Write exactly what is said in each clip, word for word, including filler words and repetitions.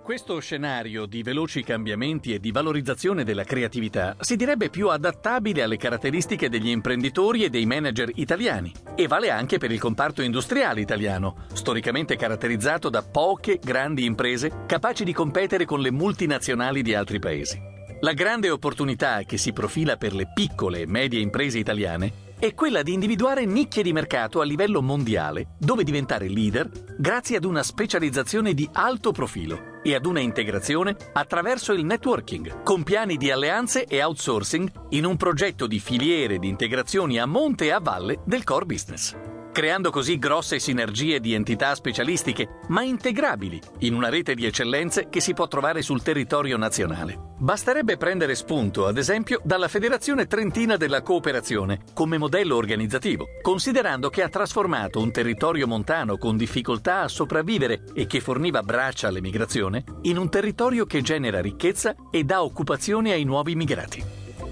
Questo scenario di veloci cambiamenti e di valorizzazione della creatività si direbbe più adattabile alle caratteristiche degli imprenditori e dei manager italiani e vale anche per il comparto industriale italiano, storicamente caratterizzato da poche grandi imprese capaci di competere con le multinazionali di altri paesi. La grande opportunità che si profila per le piccole e medie imprese italiane è quella di individuare nicchie di mercato a livello mondiale dove diventare leader grazie ad una specializzazione di alto profilo e ad una integrazione attraverso il networking, con piani di alleanze e outsourcing in un progetto di filiere di integrazioni a monte e a valle del core business, creando così grosse sinergie di entità specialistiche, ma integrabili in una rete di eccellenze che si può trovare sul territorio nazionale. Basterebbe prendere spunto, ad esempio, dalla Federazione Trentina della Cooperazione come modello organizzativo, considerando che ha trasformato un territorio montano con difficoltà a sopravvivere e che forniva braccia all'emigrazione in un territorio che genera ricchezza e dà occupazione ai nuovi migrati.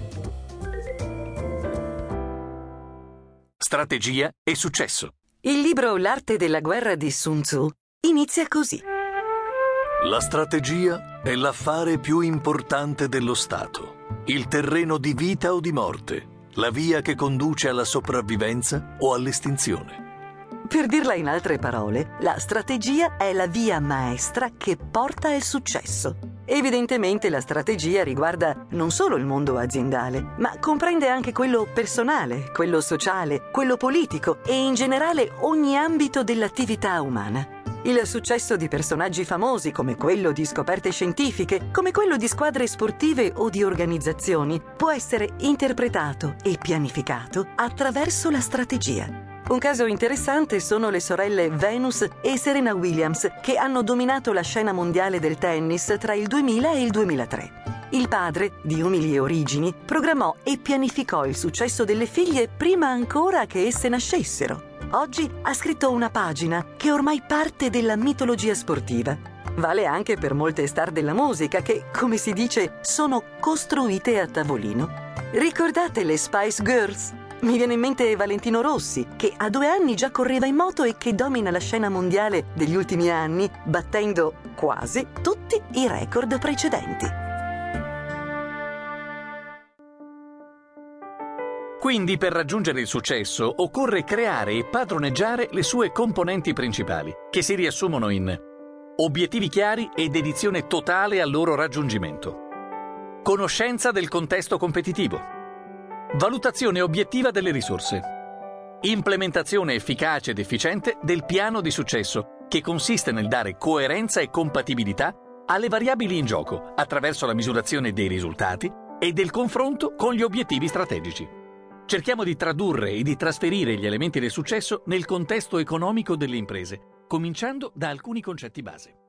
Strategia e successo. Il libro L'arte della guerra di Sun Tzu inizia così. La strategia è l'affare più importante dello Stato, il terreno di vita o di morte, la via che conduce alla sopravvivenza o all'estinzione. Per dirla in altre parole, la strategia è la via maestra che porta al successo. Evidentemente la strategia riguarda non solo il mondo aziendale, ma comprende anche quello personale, quello sociale, quello politico e in generale ogni ambito dell'attività umana. Il successo di personaggi famosi come quello di scoperte scientifiche, come quello di squadre sportive o di organizzazioni, può essere interpretato e pianificato attraverso la strategia. Un caso interessante sono le sorelle Venus e Serena Williams, che hanno dominato la scena mondiale del tennis tra il duemila e il duemilatré. Il padre, di umili origini, programmò e pianificò il successo delle figlie prima ancora che esse nascessero. Oggi ha scritto una pagina che è ormai parte della mitologia sportiva. Vale anche per molte star della musica che, come si dice, sono costruite a tavolino. Ricordate le Spice Girls? Mi viene in mente Valentino Rossi, che a due anni già correva in moto e che domina la scena mondiale degli ultimi anni, battendo quasi tutti i record precedenti. Quindi per raggiungere il successo occorre creare e padroneggiare le sue componenti principali, che si riassumono in obiettivi chiari e dedizione totale al loro raggiungimento, conoscenza del contesto competitivo, valutazione obiettiva delle risorse, implementazione efficace ed efficiente del piano di successo, che consiste nel dare coerenza e compatibilità alle variabili in gioco attraverso la misurazione dei risultati e del confronto con gli obiettivi strategici. Cerchiamo di tradurre e di trasferire gli elementi del successo nel contesto economico delle imprese, cominciando da alcuni concetti base.